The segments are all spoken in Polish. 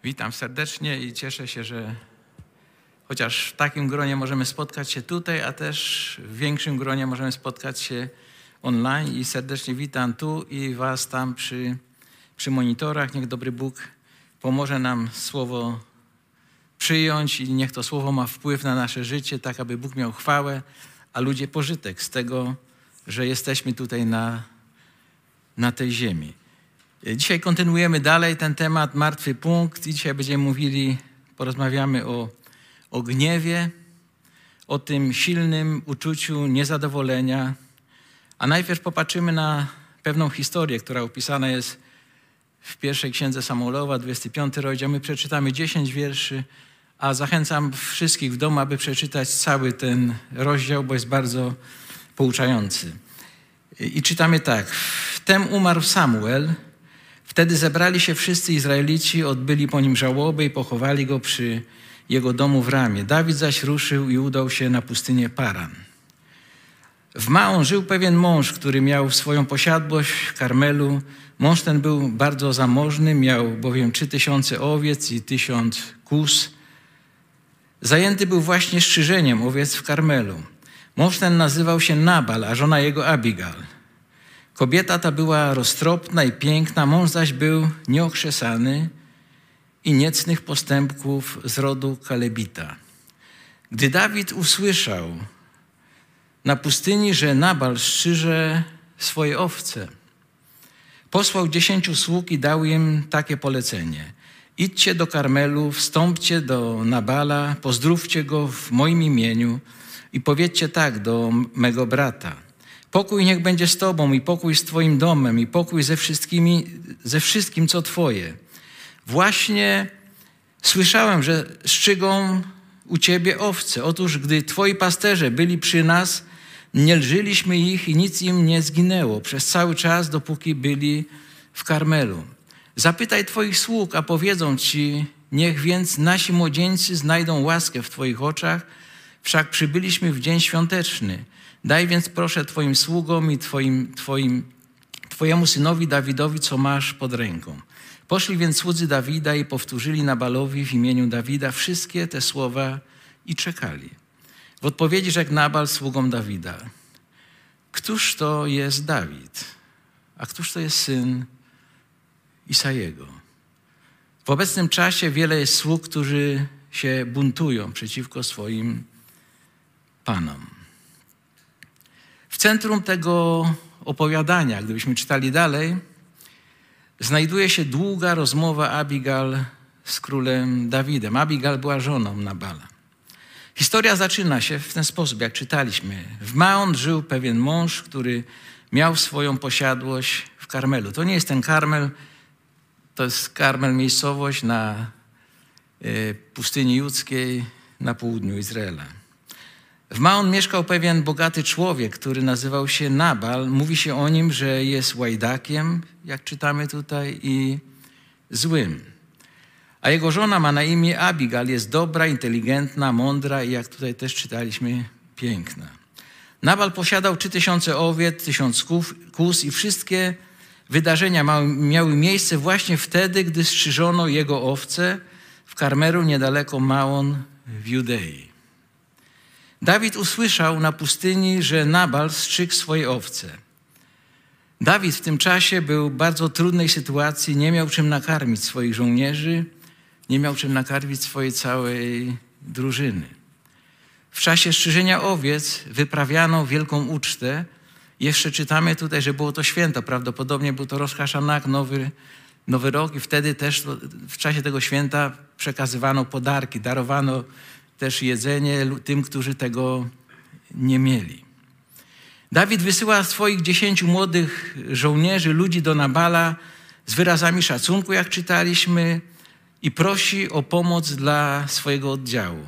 Witam serdecznie i cieszę się, że chociaż w takim gronie możemy spotkać się tutaj, a też w większym gronie możemy spotkać się online. I serdecznie witam tu i was tam przy monitorach. Niech dobry Bóg pomoże nam słowo przyjąć i niech to słowo ma wpływ na nasze życie, tak aby Bóg miał chwałę, a ludzie pożytek z tego, że jesteśmy tutaj na tej ziemi. Dzisiaj kontynuujemy dalej ten temat, martwy punkt. I dzisiaj porozmawiamy o gniewie, o tym silnym uczuciu niezadowolenia. A najpierw popatrzymy na pewną historię, która opisana jest w pierwszej księdze Samuelowa, 25 rozdział. My przeczytamy 10 wierszy, a zachęcam wszystkich w domu, aby przeczytać cały ten rozdział, bo jest bardzo pouczający. I czytamy tak. Wtem umarł Samuel. Wtedy zebrali się wszyscy Izraelici, odbyli po nim żałobę i pochowali go przy jego domu w Ramie. Dawid zaś ruszył i udał się na pustynię Paran. W Maon żył pewien mąż, który miał swoją posiadłość w Karmelu. Mąż ten był bardzo zamożny, miał bowiem 3000 owiec i 1000 kóz. Zajęty był właśnie strzyżeniem owiec w Karmelu. Mąż ten nazywał się Nabal, a żona jego Abigal. Kobieta ta była roztropna i piękna, mąż zaś był nieokrzesany i niecnych postępków z rodu Kalebita. Gdy Dawid usłyszał na pustyni, że Nabal strzyże swoje owce, posłał 10 sług i dał im takie polecenie. Idźcie do Karmelu, wstąpcie do Nabala, pozdrówcie go w moim imieniu i powiedzcie tak do mego brata. Pokój niech będzie z tobą i pokój z twoim domem i pokój ze wszystkim, co twoje. Właśnie słyszałem, że strzygą u ciebie owce. Otóż, gdy twoi pasterze byli przy nas, nie lżyliśmy ich i nic im nie zginęło przez cały czas, dopóki byli w Karmelu. Zapytaj twoich sług, a powiedzą ci, niech więc nasi młodzieńcy znajdą łaskę w twoich oczach, wszak przybyliśmy w dzień świąteczny. Daj więc proszę twoim sługom i twojemu synowi Dawidowi, co masz pod ręką. Poszli więc słudzy Dawida i powtórzyli Nabalowi w imieniu Dawida wszystkie te słowa i czekali. W odpowiedzi rzekł Nabal sługom Dawida: Któż to jest Dawid? A któż to jest syn Isajego? W obecnym czasie wiele jest sług, którzy się buntują przeciwko swoim panom. W centrum tego opowiadania, gdybyśmy czytali dalej, znajduje się długa rozmowa Abigal z królem Dawidem. Abigal była żoną Nabala. Historia zaczyna się w ten sposób, jak czytaliśmy. W Maon żył pewien mąż, który miał swoją posiadłość w Karmelu. To nie jest ten Karmel, to jest Karmel, miejscowość na pustyni judzkiej na południu Izraela. W Maon mieszkał pewien bogaty człowiek, który nazywał się Nabal. Mówi się o nim, że jest łajdakiem, jak czytamy tutaj, i złym. A jego żona ma na imię Abigal, jest dobra, inteligentna, mądra i jak tutaj też czytaliśmy, piękna. Nabal posiadał 3000 owiec, 1000 kóz i wszystkie wydarzenia miały miejsce właśnie wtedy, gdy strzyżono jego owce w Karmelu niedaleko Maon w Judei. Dawid usłyszał na pustyni, że Nabal strzygł swoje owce. Dawid w tym czasie był w bardzo trudnej sytuacji, nie miał czym nakarmić swoich żołnierzy, nie miał czym nakarmić swojej całej drużyny. W czasie strzyżenia owiec wyprawiano wielką ucztę. Jeszcze czytamy tutaj, że było to święto, prawdopodobnie był to Rosh Hashanah, nowy rok i wtedy też w czasie tego święta przekazywano podarki, darowano też jedzenie tym, którzy tego nie mieli. Dawid wysyła swoich 10 młodych żołnierzy, ludzi do Nabala z wyrazami szacunku, jak czytaliśmy, i prosi o pomoc dla swojego oddziału.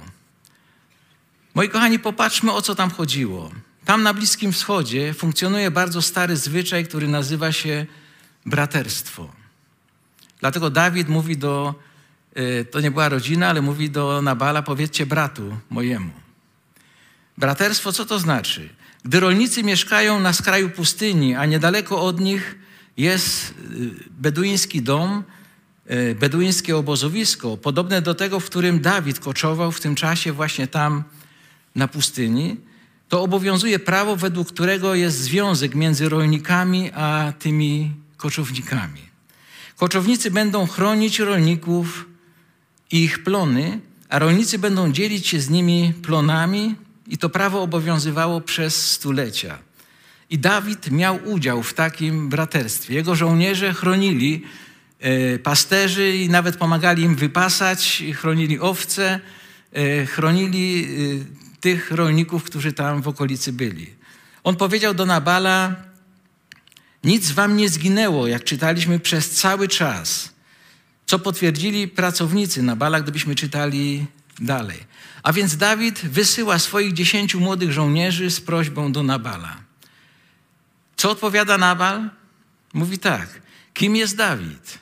Moi kochani, popatrzmy, o co tam chodziło. Tam na Bliskim Wschodzie funkcjonuje bardzo stary zwyczaj, który nazywa się braterstwo. Dlatego Dawid mówi to nie była rodzina, ale mówi do Nabala: powiedzcie bratu mojemu. Braterstwo, co to znaczy? Gdy rolnicy mieszkają na skraju pustyni, a niedaleko od nich jest beduiński dom, beduńskie obozowisko, podobne do tego, w którym Dawid koczował w tym czasie właśnie tam na pustyni, to obowiązuje prawo, według którego jest związek między rolnikami a tymi koczownikami. Koczownicy będą chronić rolników i ich plony, a rolnicy będą dzielić się z nimi plonami i to prawo obowiązywało przez stulecia. I Dawid miał udział w takim braterstwie. Jego żołnierze chronili pasterzy i nawet pomagali im wypasać, chronili owce, chronili tych rolników, którzy tam w okolicy byli. On powiedział do Nabala: nic wam nie zginęło, jak czytaliśmy, przez cały czas, co potwierdzili pracownicy Nabala, gdybyśmy czytali dalej. A więc Dawid wysyła swoich 10 młodych żołnierzy z prośbą do Nabala. Co odpowiada Nabal? Mówi tak: kim jest Dawid?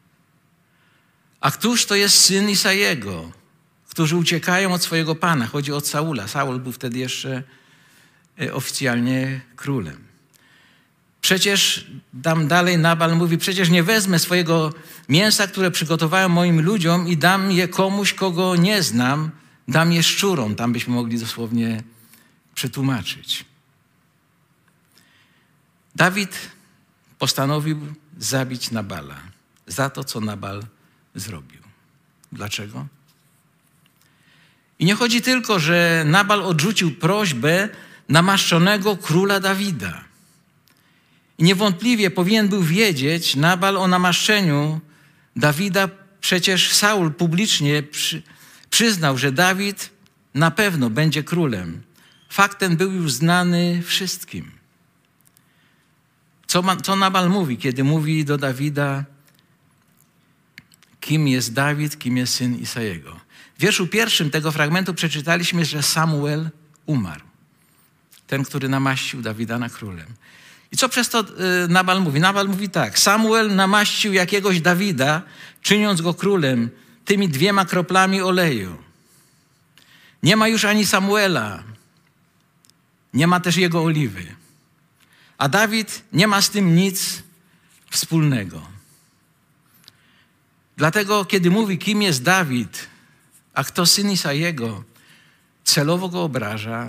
A któż to jest syn Isajego, którzy uciekają od swojego pana? Chodzi o Saula. Saul był wtedy jeszcze oficjalnie królem. Przecież dam dalej, Nabal mówi: przecież nie wezmę swojego mięsa, które przygotowałem moim ludziom i dam je komuś, kogo nie znam, dam je szczurom. Tam byśmy mogli dosłownie przetłumaczyć. Dawid postanowił zabić Nabala za to, co Nabal zrobił. Dlaczego? I nie chodzi tylko, że Nabal odrzucił prośbę namaszczonego króla Dawida. I niewątpliwie powinien był wiedzieć Nabal o namaszczeniu Dawida. Przecież Saul publicznie przyznał, że Dawid na pewno będzie królem. Fakt ten był już znany wszystkim. Co Nabal mówi, kiedy mówi do Dawida, kim jest Dawid, kim jest syn Isajego? W wierszu 1 tego fragmentu przeczytaliśmy, że Samuel umarł. Ten, który namaścił Dawida na królem. I co przez to Nabal mówi? Nabal mówi tak: Samuel namaścił jakiegoś Dawida, czyniąc go królem tymi 2 kroplami oleju. Nie ma już ani Samuela, nie ma też jego oliwy. A Dawid nie ma z tym nic wspólnego. Dlatego, kiedy mówi, kim jest Dawid, a kto syn Isajego, celowo go obraża.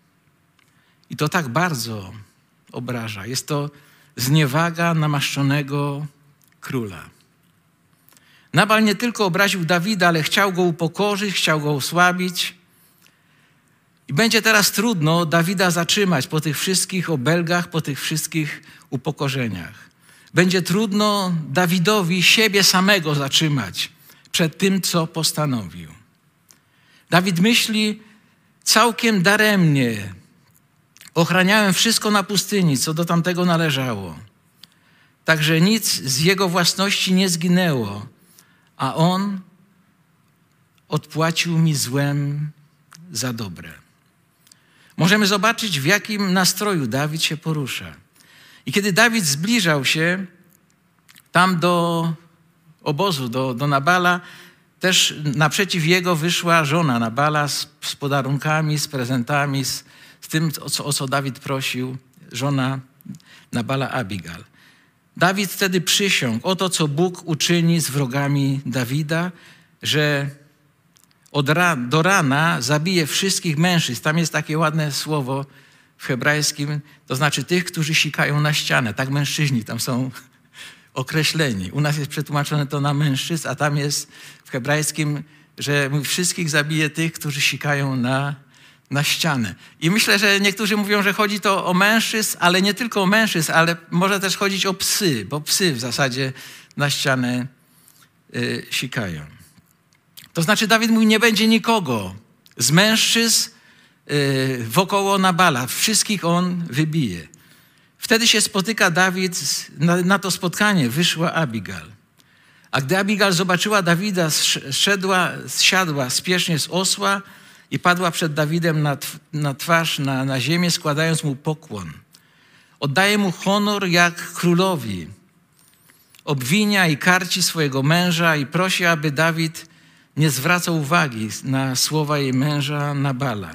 I to tak bardzo obraża. Jest to zniewaga namaszczonego króla. Nabal nie tylko obraził Dawida, ale chciał go upokorzyć, chciał go osłabić. I będzie teraz trudno Dawida zatrzymać po tych wszystkich obelgach, po tych wszystkich upokorzeniach. Będzie trudno Dawidowi siebie samego zatrzymać przed tym, co postanowił. Dawid myśli: całkiem daremnie ochraniałem wszystko na pustyni, co do tamtego należało. Także nic z jego własności nie zginęło, a on odpłacił mi złem za dobre. Możemy zobaczyć, w jakim nastroju Dawid się porusza. I kiedy Dawid zbliżał się tam do obozu, do Nabala, też naprzeciw jego wyszła żona Nabala z podarunkami, z prezentami, z tym, o co Dawid prosił, żona Nabala Abigal. Dawid wtedy przysiągł: oto co Bóg uczyni z wrogami Dawida, że do rana zabije wszystkich mężczyzn. Tam jest takie ładne słowo w hebrajskim, to znaczy tych, którzy sikają na ścianę. Tak mężczyźni tam są określeni. U nas jest przetłumaczone to na mężczyzn, a tam jest w hebrajskim, że wszystkich zabije tych, którzy sikają na ścianę. I myślę, że niektórzy mówią, że chodzi to o mężczyzn, ale nie tylko o mężczyzn, ale może też chodzić o psy, bo psy w zasadzie na ścianę sikają. To znaczy Dawid mówi: nie będzie nikogo z mężczyzn wokoło Nabala. Wszystkich on wybije. Wtedy się spotyka Dawid, na to spotkanie wyszła Abigal. A gdy Abigal zobaczyła Dawida, zsiadła spiesznie z osła i padła przed Dawidem na twarz, na ziemię, składając mu pokłon. Oddaje mu honor jak królowi. Obwinia i karci swojego męża i prosi, aby Dawid nie zwracał uwagi na słowa jej męża Nabala.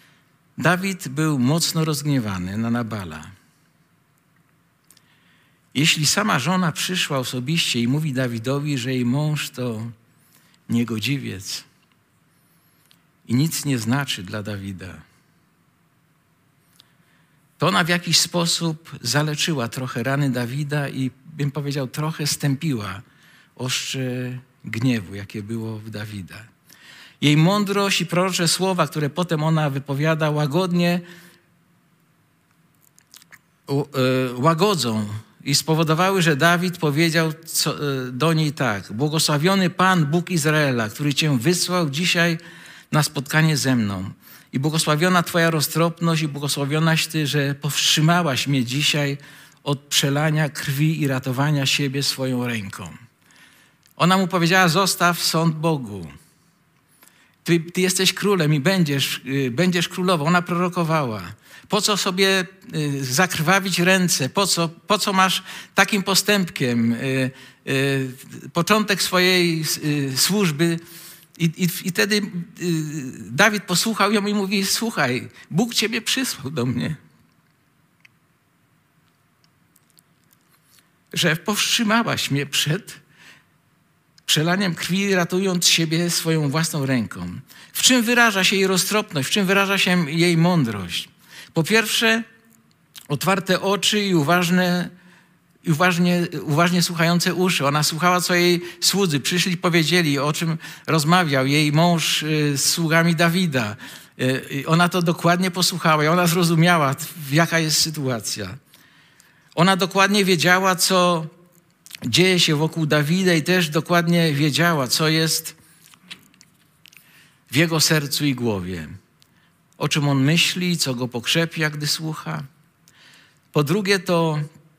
Dawid był mocno rozgniewany na Nabala. Jeśli sama żona przyszła osobiście i mówi Dawidowi, że jej mąż to niegodziwiec i nic nie znaczy dla Dawida, to ona w jakiś sposób zaleczyła trochę rany Dawida i, bym powiedział, trochę stępiła ostrze gniewu, jakie było w Dawida. Jej mądrość i prorocze słowa, które potem ona wypowiada, łagodzą i spowodowały, że Dawid powiedział do niej tak: błogosławiony Pan, Bóg Izraela, który Cię wysłał dzisiaj na spotkanie ze mną. I błogosławiona Twoja roztropność i błogosławionaś Ty, że powstrzymałaś mnie dzisiaj od przelania krwi i ratowania siebie swoją ręką. Ona mu powiedziała: zostaw sąd Bogu. Ty jesteś królem i będziesz królową. Ona prorokowała. Po co sobie zakrwawić ręce? Po co masz takim postępkiem początek swojej służby? I wtedy Dawid posłuchał ją i mówi: słuchaj, Bóg Ciebie przysłał do mnie, że powstrzymałaś mnie przed przelaniem krwi, ratując siebie swoją własną ręką. W czym wyraża się jej roztropność? W czym wyraża się jej mądrość? Po pierwsze, otwarte oczy i uważnie słuchające uszy. Ona słuchała, co jej słudzy przyszli, powiedzieli, o czym rozmawiał jej mąż z sługami Dawida. Ona to dokładnie posłuchała i ona zrozumiała, jaka jest sytuacja. Ona dokładnie wiedziała, co dzieje się wokół Dawida i też dokładnie wiedziała, co jest w jego sercu i głowie. O czym on myśli, co go pokrzepia, gdy słucha. Po drugie, to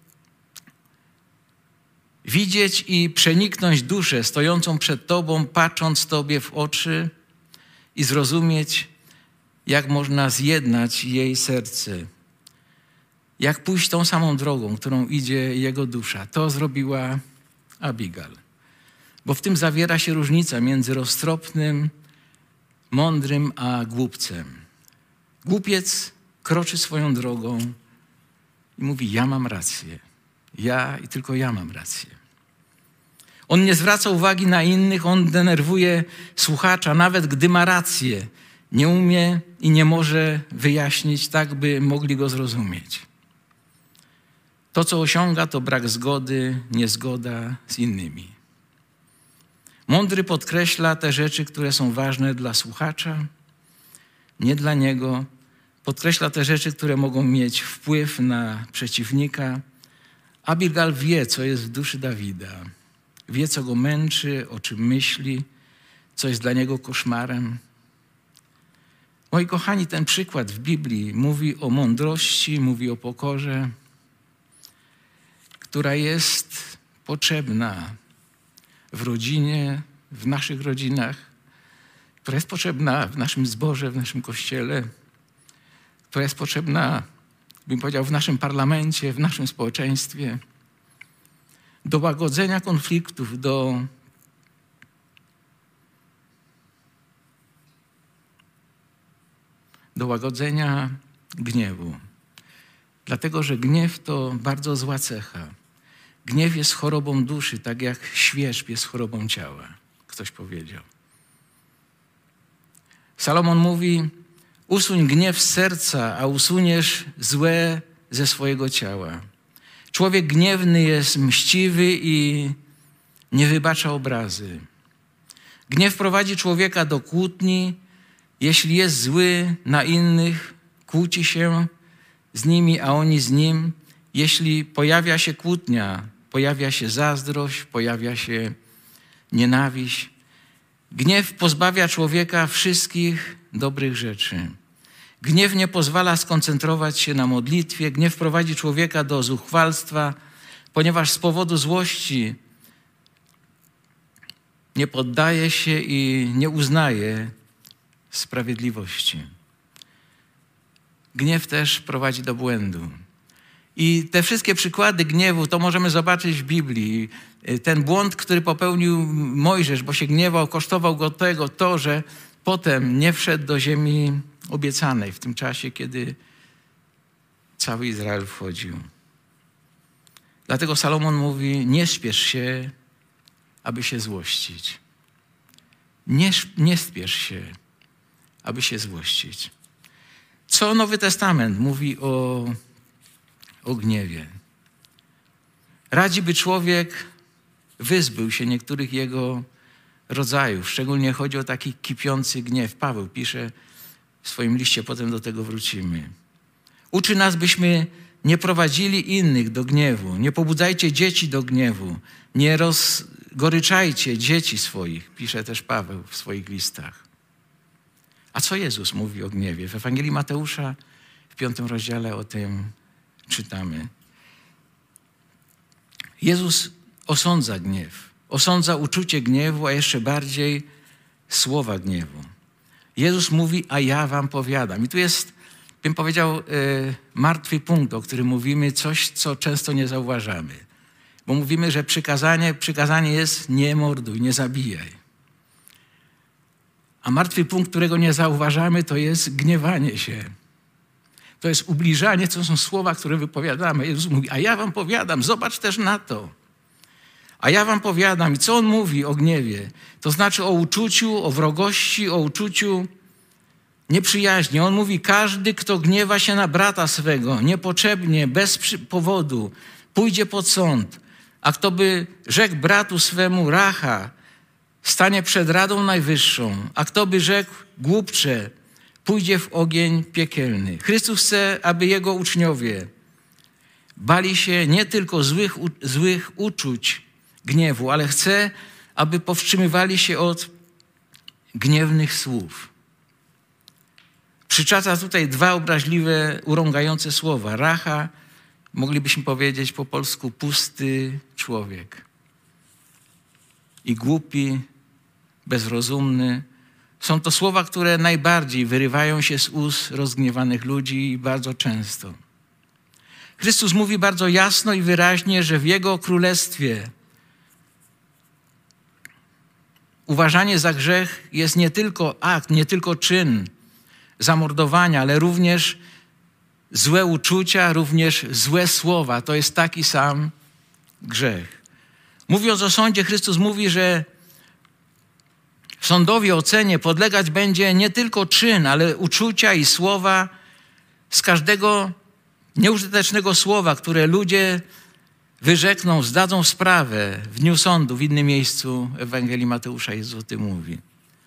widzieć i przeniknąć duszę stojącą przed Tobą, patrząc Tobie w oczy i zrozumieć, jak można zjednać jej serce. Jak pójść tą samą drogą, którą idzie jego dusza. To zrobiła Abigail. Bo w tym zawiera się różnica między roztropnym, mądrym, a głupcem. Głupiec kroczy swoją drogą i mówi: ja mam rację. Ja i tylko ja mam rację. On nie zwraca uwagi na innych, on denerwuje słuchacza, nawet gdy ma rację. Nie umie i nie może wyjaśnić tak, by mogli go zrozumieć. To, co osiąga, to brak zgody, niezgoda z innymi. Mądry podkreśla te rzeczy, które są ważne dla słuchacza, nie dla niego. Podkreśla te rzeczy, które mogą mieć wpływ na przeciwnika. Abigail wie, co jest w duszy Dawida. Wie, co go męczy, o czym myśli, co jest dla niego koszmarem. Moi kochani, ten przykład w Biblii mówi o mądrości, mówi o pokorze, która jest potrzebna w rodzinie, w naszych rodzinach, która jest potrzebna w naszym zborze, w naszym kościele, która jest potrzebna, bym powiedział, w naszym parlamencie, w naszym społeczeństwie, do łagodzenia konfliktów, do łagodzenia gniewu. Dlatego, że gniew to bardzo zła cecha. Gniew jest chorobą duszy, tak jak świerzb jest chorobą ciała. Ktoś powiedział. Salomon mówi: usuń gniew z serca, a usuniesz złe ze swojego ciała. Człowiek gniewny jest mściwy i nie wybacza obrazy. Gniew prowadzi człowieka do kłótni. Jeśli jest zły na innych, kłóci się z nimi, a oni z nim. Jeśli pojawia się kłótnia, pojawia się zazdrość, pojawia się nienawiść. Gniew pozbawia człowieka wszystkich dobrych rzeczy. Gniew nie pozwala skoncentrować się na modlitwie. Gniew prowadzi człowieka do zuchwalstwa, ponieważ z powodu złości nie poddaje się i nie uznaje sprawiedliwości. Gniew też prowadzi do błędu. I te wszystkie przykłady gniewu to możemy zobaczyć w Biblii. Ten błąd, który popełnił Mojżesz, bo się gniewał, kosztował go to, że potem nie wszedł do ziemi obiecanej w tym czasie, kiedy cały Izrael wchodził. Dlatego Salomon mówi, nie spiesz się, aby się złościć. Nie spiesz się, aby się złościć. Co Nowy Testament mówi o gniewie? Radzi, by człowiek wyzbył się niektórych jego rodzajów. Szczególnie chodzi o taki kipiący gniew. Paweł pisze w swoim liście, potem do tego wrócimy. Uczy nas, byśmy nie prowadzili innych do gniewu. Nie pobudzajcie dzieci do gniewu. Nie rozgoryczajcie dzieci swoich, pisze też Paweł w swoich listach. A co Jezus mówi o gniewie? W Ewangelii Mateusza w 5 rozdziale o tym czytamy. Jezus osądza gniew. Osądza uczucie gniewu, a jeszcze bardziej słowa gniewu. Jezus mówi, a ja wam powiadam. I tu jest, bym powiedział, martwy punkt, o którym mówimy, coś, co często nie zauważamy. Bo mówimy, że przykazanie jest nie morduj, nie zabijaj. A martwy punkt, którego nie zauważamy, to jest gniewanie się. To jest ubliżanie, to są słowa, które wypowiadamy. Jezus mówi, a ja wam powiadam, zobacz też na to. A ja wam powiadam. I co on mówi o gniewie? To znaczy o uczuciu, o wrogości, o uczuciu nieprzyjaźni. On mówi, każdy, kto gniewa się na brata swego, niepotrzebnie, bez powodu, pójdzie pod sąd. A kto by rzekł bratu swemu racha, stanie przed Radą Najwyższą. A kto by rzekł głupcze, pójdzie w ogień piekielny. Chrystus chce, aby Jego uczniowie bali się nie tylko złych uczuć gniewu, ale chce, aby powstrzymywali się od gniewnych słów. Przyczaca tutaj 2 obraźliwe, urągające słowa. Racha, moglibyśmy powiedzieć po polsku, pusty człowiek. I głupi, bezrozumny. Są to słowa, które najbardziej wyrywają się z ust rozgniewanych ludzi i bardzo często. Chrystus mówi bardzo jasno i wyraźnie, że w Jego Królestwie uważanie za grzech jest nie tylko akt, nie tylko czyn zamordowania, ale również złe uczucia, również złe słowa. To jest taki sam grzech. Mówiąc o sądzie, Chrystus mówi, że sądowi, ocenie podlegać będzie nie tylko czyn, ale uczucia i słowa z każdego nieużytecznego słowa, które ludzie wyrzekną, zdadzą sprawę w dniu sądu. W innym miejscu Ewangelii Mateusza Jezus o tym mówi.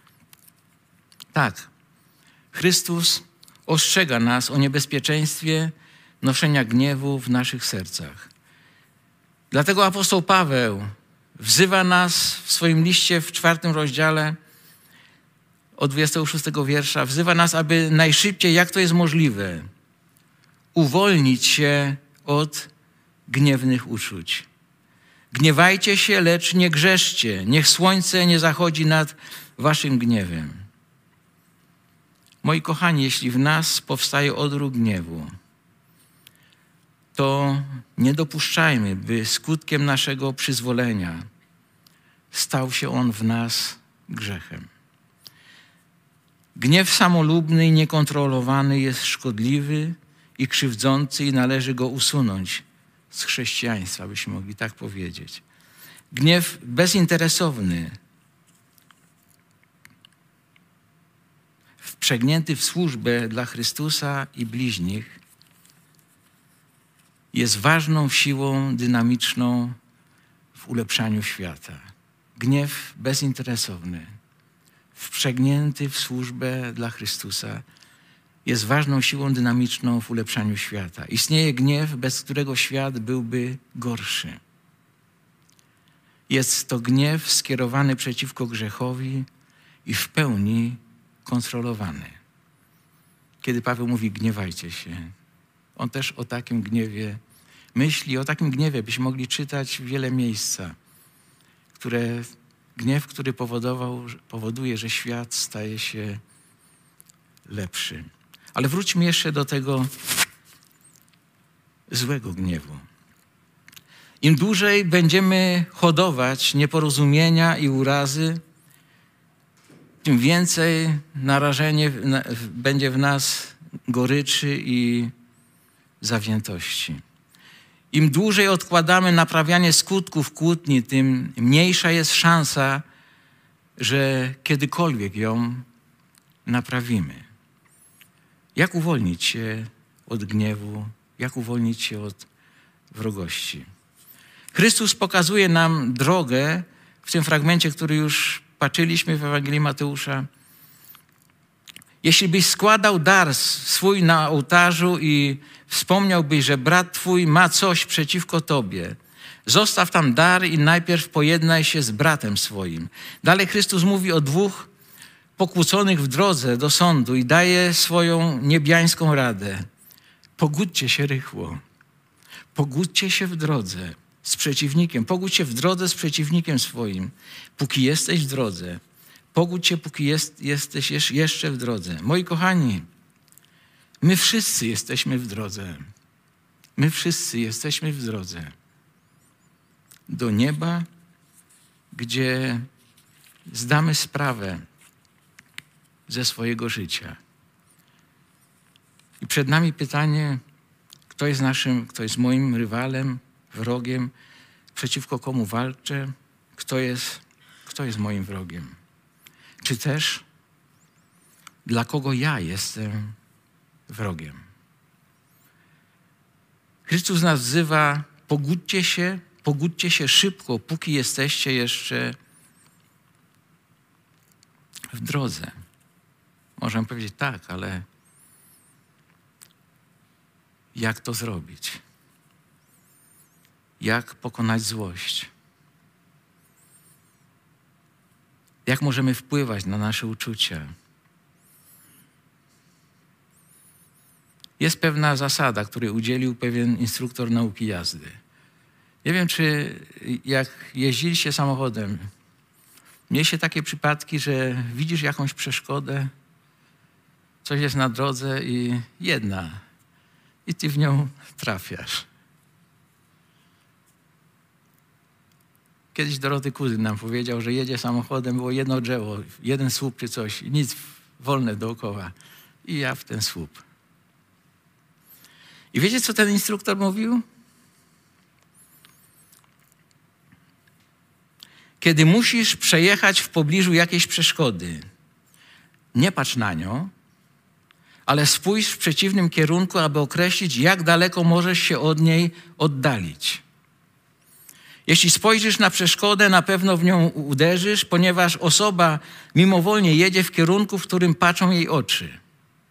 Tak, Chrystus ostrzega nas o niebezpieczeństwie noszenia gniewu w naszych sercach. Dlatego apostoł Paweł wzywa nas w swoim liście w 4 rozdziale od 26 wiersza, wzywa nas, aby najszybciej, jak to jest możliwe, uwolnić się od gniewnych uczuć. Gniewajcie się, lecz nie grzeszcie. Niech słońce nie zachodzi nad waszym gniewem. Moi kochani, jeśli w nas powstaje odruch gniewu, to nie dopuszczajmy, by skutkiem naszego przyzwolenia stał się on w nas grzechem. Gniew samolubny i niekontrolowany jest szkodliwy i krzywdzący i należy go usunąć z chrześcijaństwa, byśmy mogli tak powiedzieć. Gniew bezinteresowny, wprzęgnięty w służbę dla Chrystusa i bliźnich, jest ważną siłą dynamiczną w ulepszaniu świata. Gniew bezinteresowny, wprzęgnięty w służbę dla Chrystusa, jest ważną siłą dynamiczną w ulepszaniu świata. Istnieje gniew, bez którego świat byłby gorszy. Jest to gniew skierowany przeciwko grzechowi i w pełni kontrolowany. Kiedy Paweł mówi, gniewajcie się, on też o takim gniewie myśli. O takim gniewie byśmy mogli czytać wiele miejsca, gniew, który powoduje, że świat staje się lepszy. Ale wróćmy jeszcze do tego złego gniewu. Im dłużej będziemy hodować nieporozumienia i urazy, tym więcej narażenie będzie w nas goryczy i zawziętości. Im dłużej odkładamy naprawianie skutków kłótni, tym mniejsza jest szansa, że kiedykolwiek ją naprawimy. Jak uwolnić się od gniewu? Jak uwolnić się od wrogości? Chrystus pokazuje nam drogę w tym fragmencie, który już patrzyliśmy w Ewangelii Mateusza. Jeśli byś składał dar swój na ołtarzu i wspomniałbyś, że brat twój ma coś przeciwko tobie, zostaw tam dar i najpierw pojednaj się z bratem swoim. Dalej Chrystus mówi o dwóch pokłóconych w drodze do sądu i daje swoją niebiańską radę. Pogódźcie się rychło. Pogódźcie się w drodze z przeciwnikiem. Pogódź się w drodze z przeciwnikiem swoim, póki jesteś w drodze. Pogódź się, póki jesteś jeszcze w drodze. Moi kochani, my wszyscy jesteśmy w drodze. My wszyscy jesteśmy w drodze do nieba, gdzie zdamy sprawę ze swojego życia. I przed nami pytanie, kto jest moim rywalem, wrogiem, przeciwko komu walczę, kto jest moim wrogiem. Czy też dla kogo ja jestem wrogiem. Chrystus nas wzywa, pogódźcie się szybko, póki jesteście jeszcze w drodze. Możemy powiedzieć tak, ale jak to zrobić? Jak pokonać złość? Jak możemy wpływać na nasze uczucia? Jest pewna zasada, której udzielił pewien instruktor nauki jazdy. Nie wiem, czy jak jeździliście samochodem, mieliście takie przypadki, że widzisz jakąś przeszkodę, coś jest na drodze i ty w nią trafiasz. Kiedyś Doroty kuzyn nam powiedział, że jedzie samochodem, było jedno drzewo, jeden słup czy coś, nic wolne dookoła. I ja w ten słup. I wiecie, co ten instruktor mówił? Kiedy musisz przejechać w pobliżu jakiejś przeszkody, nie patrz na nią, ale spójrz w przeciwnym kierunku, aby określić, jak daleko możesz się od niej oddalić. Jeśli spojrzysz na przeszkodę, na pewno w nią uderzysz, ponieważ osoba mimowolnie jedzie w kierunku, w którym patrzą jej oczy.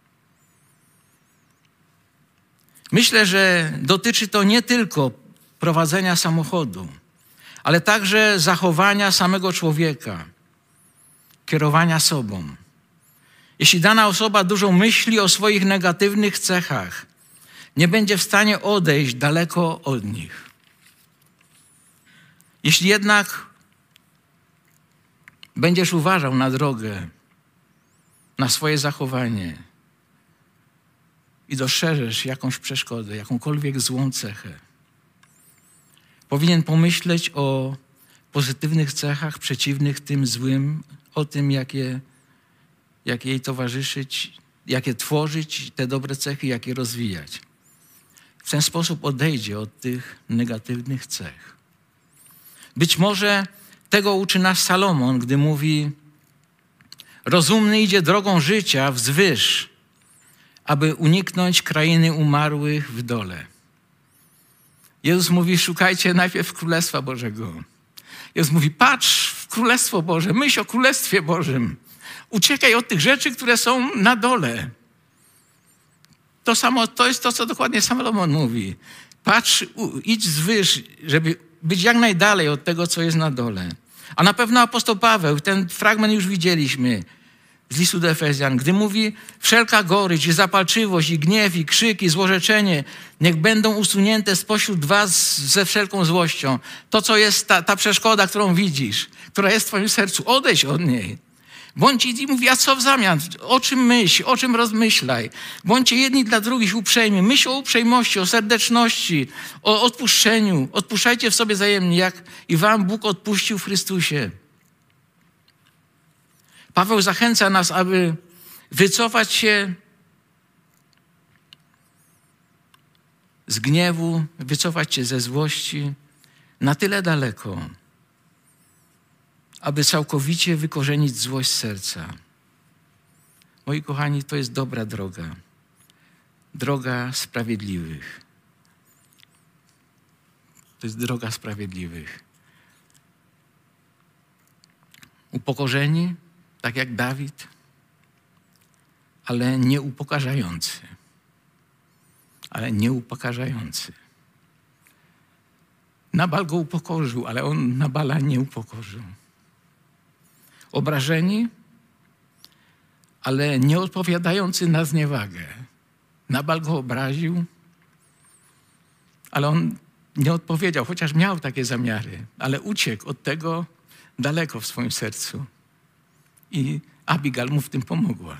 Myślę, że dotyczy to nie tylko prowadzenia samochodu, ale także zachowania samego człowieka, kierowania sobą. Jeśli dana osoba dużo myśli o swoich negatywnych cechach, nie będzie w stanie odejść daleko od nich. Jeśli jednak będziesz uważał na drogę, na swoje zachowanie i dostrzeżesz jakąś przeszkodę, jakąkolwiek złą cechę, powinien pomyśleć o pozytywnych cechach przeciwnych tym złym, o tym, jakie jej towarzyszyć, jakie tworzyć te dobre cechy, jakie rozwijać. W ten sposób odejdzie od tych negatywnych cech. Być może tego uczy nas Salomon, gdy mówi: rozumny idzie drogą życia wzwyż, aby uniknąć krainy umarłych w dole. Jezus mówi: szukajcie najpierw Królestwa Bożego. Jezus mówi: patrz w Królestwo Boże, myśl o Królestwie Bożym. Uciekaj od tych rzeczy, które są na dole. To jest to, co dokładnie Salomon mówi. Patrz, idź zwyż, żeby być jak najdalej od tego, co jest na dole. A na pewno apostoł Paweł, ten fragment już widzieliśmy z listu do Efezjan, gdy mówi: wszelka gorycz i zapalczywość i gniew i krzyk i złorzeczenie niech będą usunięte spośród was ze wszelką złością. To, co jest ta przeszkoda, którą widzisz, która jest w twoim sercu, odejdź od niej. I mówi: a co w zamian? O czym myśl? O czym rozmyślaj? Bądźcie jedni dla drugich uprzejmi. Myśl o uprzejmości, o serdeczności, o odpuszczeniu. Odpuszczajcie w sobie wzajemnie, jak i wam Bóg odpuścił w Chrystusie. Paweł zachęca nas, aby wycofać się z gniewu, wycofać się ze złości na tyle daleko, aby całkowicie wykorzenić złość z serca. Moi kochani, to jest dobra droga. Droga sprawiedliwych. To jest droga sprawiedliwych. Upokorzeni, tak jak Dawid, ale nie upokarzający. Ale nie upokarzający. Nabal go upokorzył, ale on Nabala nie upokorzył. Obrażeni, ale nie odpowiadający na zniewagę. Nabal go obraził, ale on nie odpowiedział, chociaż miał takie zamiary, ale uciekł od tego daleko w swoim sercu. I Abigail mu w tym pomogła.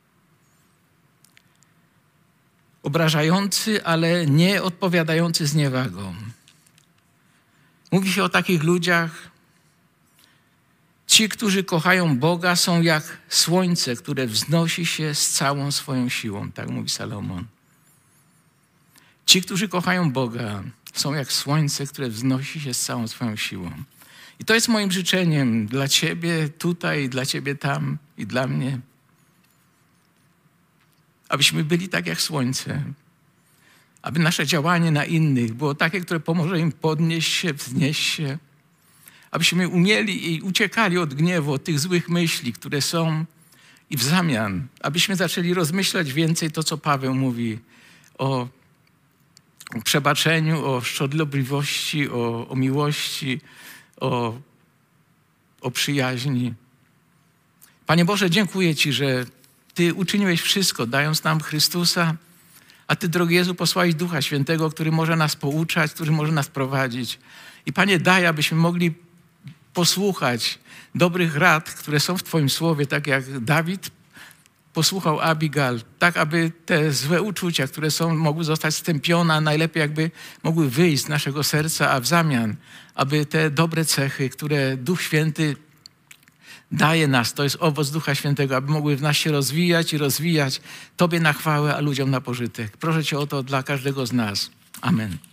Obrażający, ale nie odpowiadający zniewagą. Mówi się o takich ludziach. Ci, którzy kochają Boga, są jak słońce, które wznosi się z całą swoją siłą. Tak mówi Salomon. Ci, którzy kochają Boga, są jak słońce, które wznosi się z całą swoją siłą. I to jest moim życzeniem dla Ciebie tutaj, dla Ciebie tam i dla mnie. Abyśmy byli tak jak słońce. Aby nasze działanie na innych było takie, które pomoże im podnieść się, wznieść się. Abyśmy umieli i uciekali od gniewu, od tych złych myśli, które są. I w zamian, abyśmy zaczęli rozmyślać więcej to, co Paweł mówi o przebaczeniu, o szczodrobliwości, o miłości, o przyjaźni. Panie Boże, dziękuję Ci, że Ty uczyniłeś wszystko, dając nam Chrystusa, a Ty, drogi Jezu, posłałeś Ducha Świętego, który może nas pouczać, który może nas prowadzić. I Panie, daj, abyśmy mogli posłuchać dobrych rad, które są w Twoim Słowie, tak jak Dawid posłuchał Abigail, tak aby te złe uczucia, które są, mogły zostać stępione, a najlepiej jakby mogły wyjść z naszego serca, a w zamian, aby te dobre cechy, które Duch Święty daje nas, to jest owoc Ducha Świętego, aby mogły w nas się rozwijać i rozwijać Tobie na chwałę, a ludziom na pożytek. Proszę Cię o to dla każdego z nas. Amen.